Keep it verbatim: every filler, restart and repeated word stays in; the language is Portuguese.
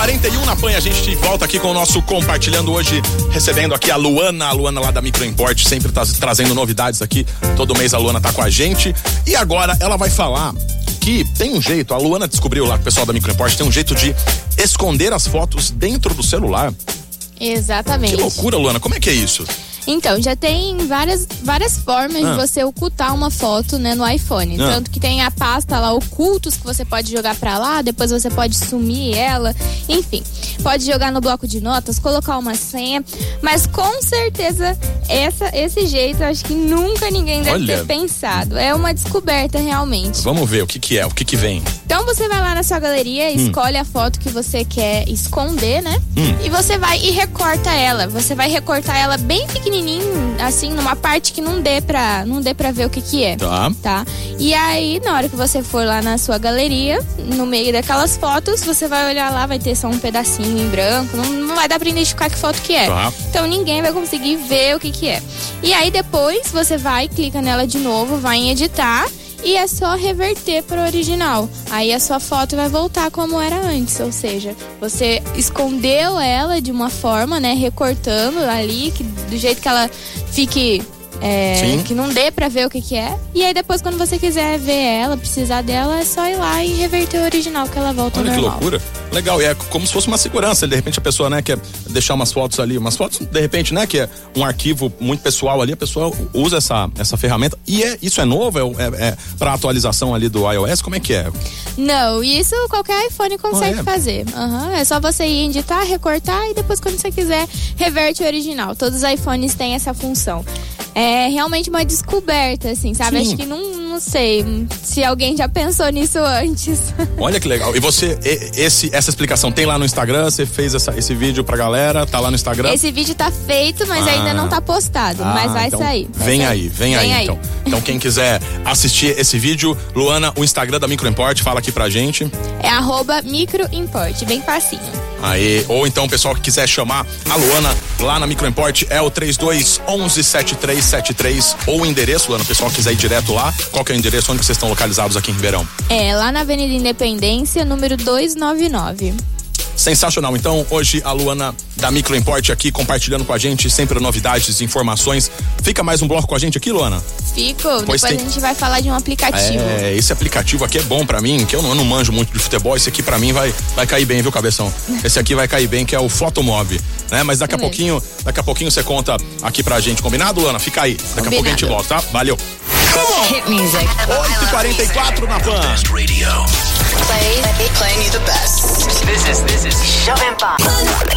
quarenta e um na Pan, a gente volta aqui com o nosso Compartilhando hoje, recebendo aqui a Luana, a Luana lá da Microimport, sempre tá trazendo novidades aqui, todo mês a Luana tá com a gente, e agora ela vai falar que tem um jeito, a Luana descobriu lá com o pessoal da Microimport, tem um jeito de esconder as fotos dentro do celular. Exatamente. Que loucura, Luana, como é que é isso? Então, já tem várias, várias formas ah. de você ocultar uma foto, né, no iPhone. Ah. Tanto que tem a pasta lá, ocultos, que você pode jogar pra lá, depois você pode sumir ela, enfim. Pode jogar no bloco de notas, colocar uma senha, mas com certeza essa, esse jeito, eu acho que nunca ninguém deve Olha. ter pensado. É uma descoberta, realmente. Vamos ver o que que é, o que que vem. Então você vai lá na sua galeria, hum. escolhe a foto que você quer esconder, né? Hum. E você vai e recorta ela. Você vai recortar ela bem pequenininho, assim, numa parte que não dê pra, não dê pra ver o que que é. Tá. Tá? E aí, na hora que você for lá na sua galeria, no meio daquelas fotos, você vai olhar lá, vai ter só um pedacinho em branco, não, não vai dar pra identificar que foto que é. Tá. Então ninguém vai conseguir ver o que que é. E aí depois você vai, clica nela de novo, vai em editar, e é só reverter para o original. Aí a sua foto vai voltar como era antes, ou seja, você escondeu ela de uma forma, né, recortando ali, que, do jeito que ela fique, é, que não dê pra ver o que que é. E aí depois, quando você quiser ver ela, precisar dela, é só ir lá e reverter o original, que ela volta ao normal. Olha que loucura. Legal, e é como se fosse uma segurança, de repente a pessoa, né, quer deixar umas fotos ali, umas fotos, de repente, né, que é um arquivo muito pessoal ali, a pessoa usa essa, essa ferramenta, e é, isso é novo, é, é, é para atualização ali do iOS, como é que é? Não, isso qualquer iPhone consegue ah, é? fazer, uhum, é só você ir editar, recortar, e depois quando você quiser, reverte o original. Todos os iPhones têm essa função. É realmente uma descoberta, assim, sabe? Sim. Acho que não, não sei se alguém já pensou nisso antes. Olha que legal. E você, esse, essa explicação tem lá no Instagram? Você fez essa, esse vídeo pra galera? Tá lá no Instagram? Esse vídeo tá feito, mas ah. ainda não tá postado. Ah, mas vai então sair. Vai vem sair. aí, vem, vem aí, aí então. Então quem quiser assistir esse vídeo, Luana, o Instagram da Microimport, fala aqui pra gente. É arroba Microimport, bem facinho. Aí, ou então o pessoal que quiser chamar a Luana lá na Microimport é o trinta e dois, onze, setenta e três setenta e três, ou o endereço, Luana, o pessoal quiser ir direto lá, qual que é o endereço, onde vocês estão localizados aqui em Ribeirão? É, lá na Avenida Independência, número duzentos e noventa e nove. Sensacional, então hoje a Luana da Microimport aqui compartilhando com a gente sempre novidades, informações. Fica mais um bloco com a gente aqui, Luana? Fico, depois tem... a gente vai falar de um aplicativo. É, esse aplicativo aqui é bom pra mim, que eu não, eu não manjo muito de futebol, esse aqui pra mim vai, vai cair bem, viu, cabeção? Esse aqui vai cair bem, que é o Photomob, né? Mas daqui a Beleza. pouquinho, daqui a pouquinho você conta aqui pra gente, combinado, Luana? Fica aí, daqui Combinado. a pouco a gente volta, tá? Valeu! Hit music. oito e quarenta e quatro na Pan. Play, playing you the best. This is, this is Jovem Pan.